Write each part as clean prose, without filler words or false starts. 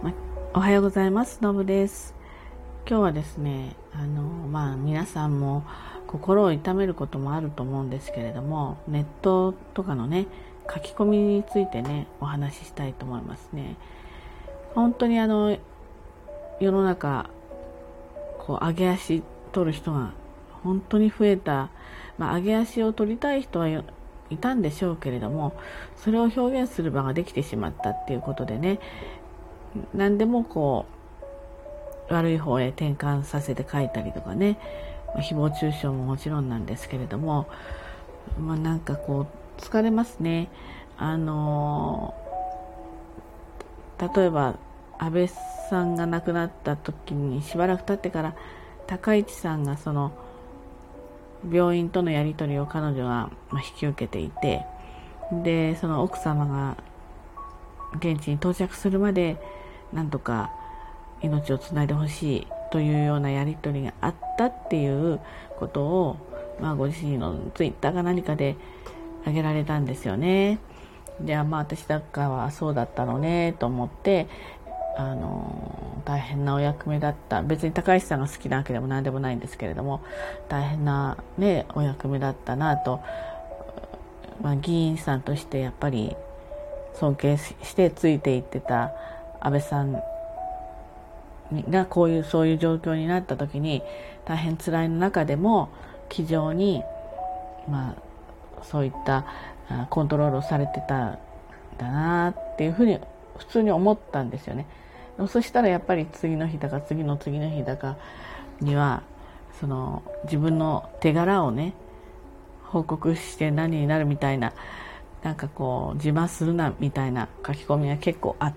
ま、おはようございます。のぶです。今日はですね、皆さんも心を痛めることもあると思うんですけれども、ネットとかのね、書き込みについてね、お話ししたいと思いますね。本当に世の中、上げ足取る人が本当に増えた。上げ足を取りたい人はいたんでしょうけれども、それを表現する場ができてしまったっていうことでね、何でも悪い方へ転換させて書いたりとかね、誹謗中傷ももちろんなんですけれども、疲れますね。例えば安倍さんが亡くなった時にしばらく経ってから高市さんがその病院とのやり取りを彼女が引き受けていて、でその奥様が現地に到着するまでなんとか命をつないでほしいというようなやり取りがあったっていうことを、ご自身のツイッターか何かで挙げられたんですよね。で私だからはそうだったのねと思って、大変なお役目だった。別に高橋さんが好きなわけでも何でもないんですけれども、大変なねお役目だったなと、議員さんとしてやっぱり尊敬してついていってた安倍さんがそういう状況になった時に大変辛い中でも気丈に、そういったコントロールをされてたんだなっていうふうに普通に思ったんですよね。そしたらやっぱり次の日だか次の次の日だかにはその自分の手柄をね報告して何になるみたいな、自慢するなみたいな書き込みが結構あって、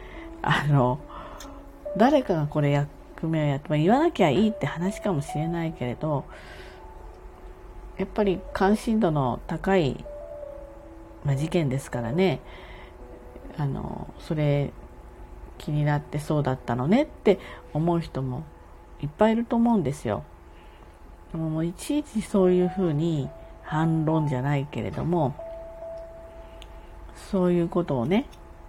誰かがこれ役目をやって、言わなきゃいいって話かもしれないけれど、やっぱり関心度の高い、事件ですからね、それ気になってそうだったのねって思う人もいっぱいいると思うんですよ。もういちいちそういうふうに反論じゃないけれども、そういうことをね、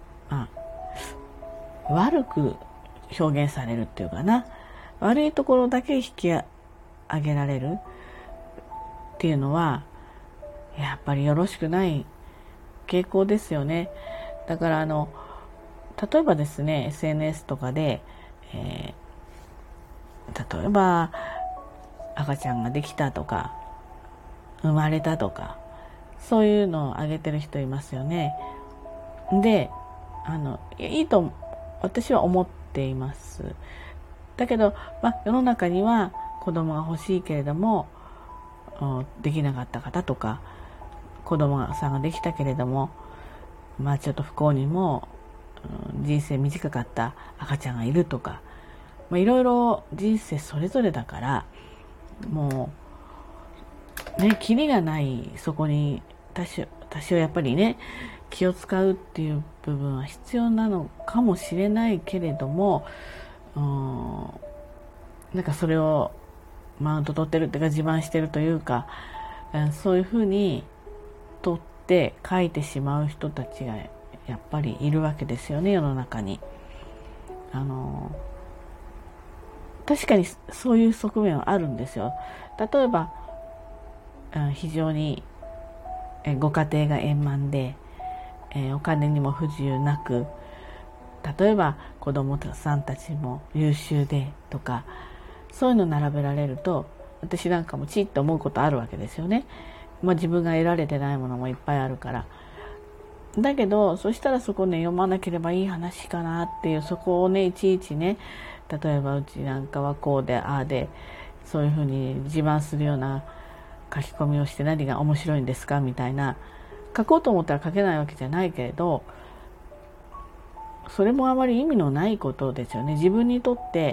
悪く表現されるっていうかな、悪いところだけ引き上げられるっていうのはやっぱりよろしくない傾向ですよね。だから例えばですね SNS とかで、例えば赤ちゃんができたとか生まれたとかそういうのを上げてる人いますよね。でいいと私は思っています。だけど、世の中には子供が欲しいけれどもできなかった方とか、子供さんができたけれどもちょっと不幸にも人生短かった赤ちゃんがいるとか、いろいろ人生それぞれだから、もうねキリがない。そこに私はやっぱりね気を使うっていう部分は必要なのかもしれないけれども、それをマウント取ってるっていうか自慢してるというか、そういうふうに取って書いてしまう人たちがやっぱりいるわけですよね、世の中に。確かにそういう側面はあるんですよ。例えば非常にご家庭が円満で、お金にも不自由なく、例えば子供さんたちも優秀でとか、そういうの並べられると私なんかもチッと思うことあるわけですよね。自分が得られてないものもいっぱいあるから。だけどそしたらそこね読まなければいい話かなっていう、そこをねいちいちね、例えばうちなんかはこうでああで、そういうふうに自慢するような書き込みをして何が面白いんですかみたいな、書こうと思ったら書けないわけじゃないけれど、それもあまり意味のないことですよね。自分にとって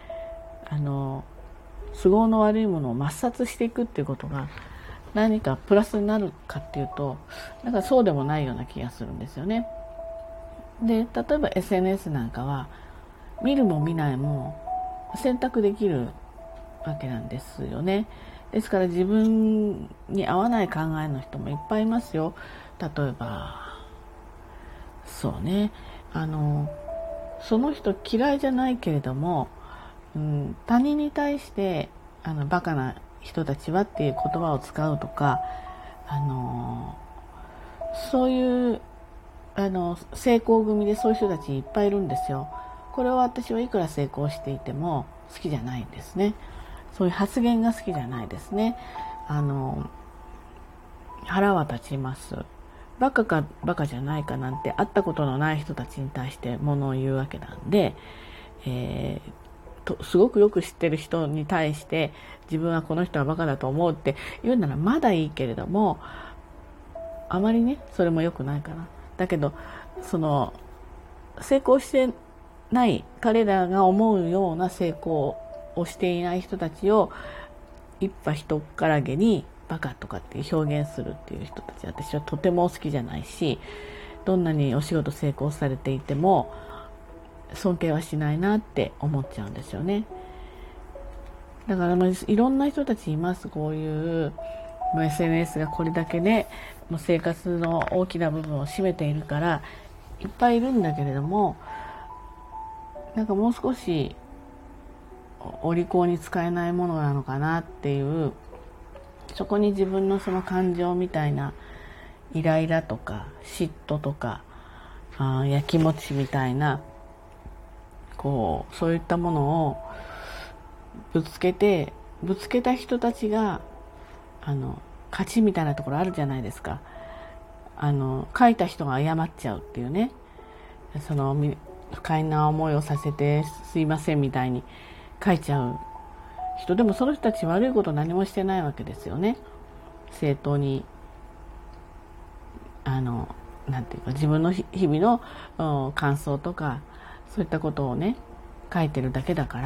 都合の悪いものを抹殺していくっていうことが何かプラスになるかっていうと、そうでもないような気がするんですよね。で、例えば SNS なんかは見るも見ないも選択できるわけなんですよね。ですから自分に合わない考えの人もいっぱいいますよ。例えばそうね、 その人嫌いじゃないけれども、他人に対してバカな人たちはっていう言葉を使うとか、そういう成功組でそういう人たちいっぱいいるんですよ。これは私はいくら成功していても好きじゃないんですね。そういう発言が好きじゃないですね。腹は立ちます。バカかバカじゃないかなんて会ったことのない人たちに対してものを言うわけなんで、すごくよく知ってる人に対して自分はこの人はバカだと思うって言うならまだいいけれども、あまりねそれも良くないかな。だけど成功してない彼らが思うような成功をしていない人たちを一派一からげにバカとかっていう表現するっていう人たち、私はとても好きじゃないし、どんなにお仕事成功されていても尊敬はしないなって思っちゃうんですよね。だからいろんな人たちいます。こういうSNS がこれだけねもう生活の大きな部分を占めているからいっぱいいるんだけれども、なんかもう少しお利口に使えないものなのかなっていう、そこに自分のその感情みたいなイライラとか嫉妬とかやきもちみたいなそういったものをぶつけた人たちが勝ちみたいなところあるじゃないですか。書いた人が謝っちゃうっていうね、不快な思いをさせてすいませんみたいに書いちゃう人でも、その人たち悪いこと何もしてないわけですよね。正当になんていうか自分の日々の感想とかそういったことをね書いてるだけだから、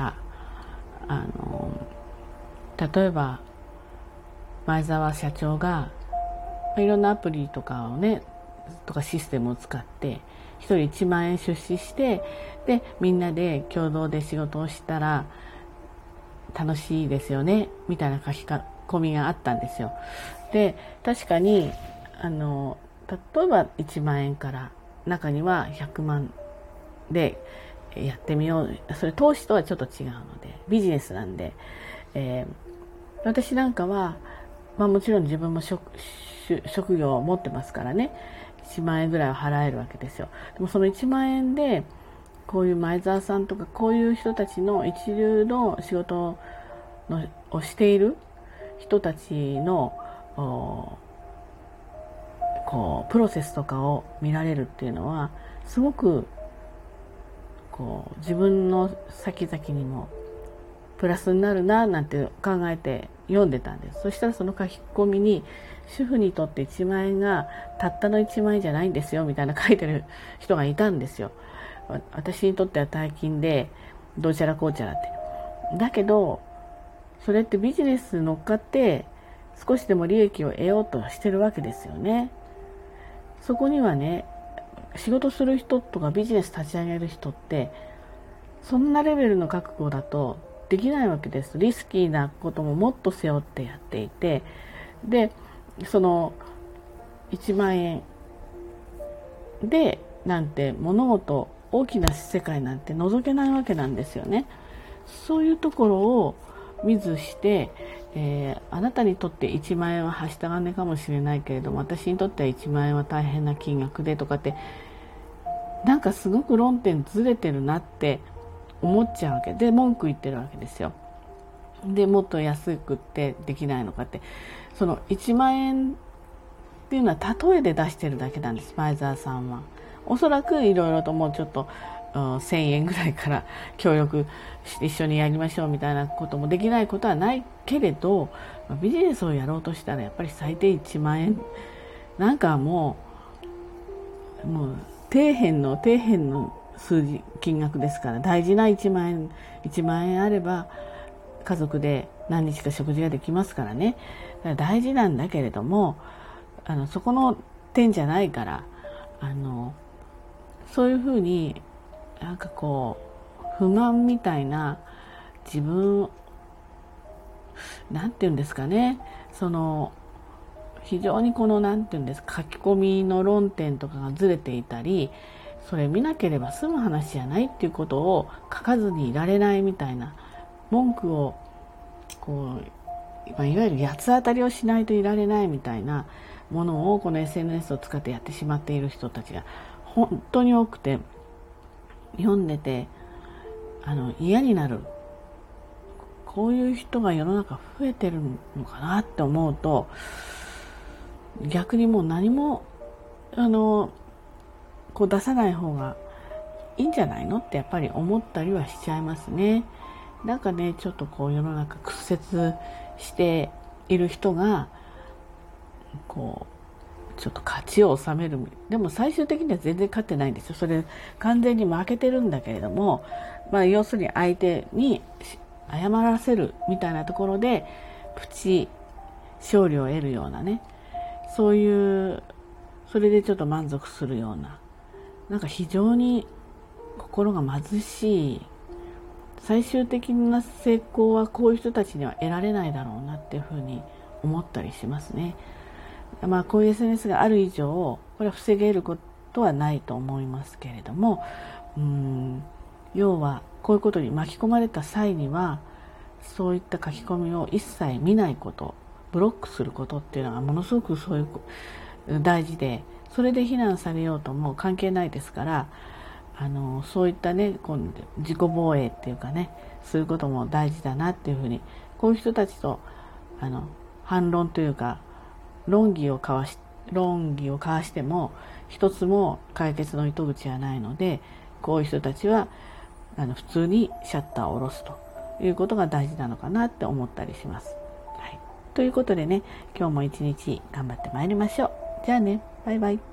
例えば前澤社長がいろんなアプリとかをねとかシステムを使って1人1万円出資して、でみんなで共同で仕事をしたら楽しいですよねみたいな書き込みがあったんですよ。で確かに例えば1万円から中には100万でやってみよう、それ投資とはちょっと違うのでビジネスなんで、私なんかは、もちろん自分も職業を持ってますからね、1万円ぐらいは払えるわけですよ。でもその1万円でこういう前澤さんとかこういう人たちの一流の仕事をしている人たちのプロセスとかを見られるっていうのはすごく自分の先々にもプラスになるななんて考えて読んでたんです。そしたらその書き込みに主婦にとって1万円がたったの1万円じゃないんですよみたいな書いてる人がいたんですよ。私にとっては大金でどうちゃらこうちゃらって。だけどそれってビジネス乗っかって少しでも利益を得ようとしてるわけですよね。そこにはね、仕事する人とかビジネス立ち上げる人ってそんなレベルの覚悟だとできないわけです。リスキーなことももっと背負ってやっていて、でその1万円でなんて物事大きな世界なんて覗けないわけなんですよね。そういうところを見ずして、あなたにとって1万円ははした金かもしれないけれども私にとっては1万円は大変な金額でとかって、なんかすごく論点ずれてるなって思っちゃうわけで文句言ってるわけですよ。でもっと安くってできないのかって、その1万円っていうのは例えで出してるだけなんです。前澤さんはおそらくいろいろともうちょっと1000円ぐらいから協力して一緒にやりましょうみたいなこともできないことはないけれど、ビジネスをやろうとしたらやっぱり最低1万円なんかもう底辺の数字金額ですから、大事な1万円あれば家族で何日か食事ができますからね。だから大事なんだけれどもそこの点じゃないからそういうふうになんか不満みたいな自分なんていうんですかね、非常になんていうんですか、書き込みの論点とかがずれていたりそれ見なければ済む話じゃないっていうことを書かずにいられないみたいな文句をこう、いわゆる八つ当たりをしないといられないみたいなものをこの SNS を使ってやってしまっている人たちが本当に多くて、読んでて嫌になる。こういう人が世の中増えてるのかなって思うと、逆にもう何もこう出さない方がいいんじゃないのってやっぱり思ったりはしちゃいますね。なんかね、ちょっとこう世の中屈折している人がこうちょっと勝ちを収める。でも最終的には全然勝ってないんですよ。それ完全に負けてるんだけれども、要するに相手に謝らせるみたいなところでプチ勝利を得るようなね、そういうそれでちょっと満足するような、なんか非常に心が貧しい、最終的な成功はこういう人たちには得られないだろうなっていうふうに思ったりしますね。こういう SNS がある以上これは防げることはないと思いますけれども、要はこういうことに巻き込まれた際にはそういった書き込みを一切見ないこと、ブロックすることっていうのがものすごくそういう大事で、それで非難されようとも関係ないですから、そういったね自己防衛っていうかね、そういうことも大事だなっていうふうに、こういう人たちと反論というか論議を交わしても一つも解決の糸口はないので、こういう人たちは普通にシャッターを下ろすということが大事なのかなって思ったりします。はい、ということでね、今日も一日頑張ってまいりましょう。じゃあね、バイバイ。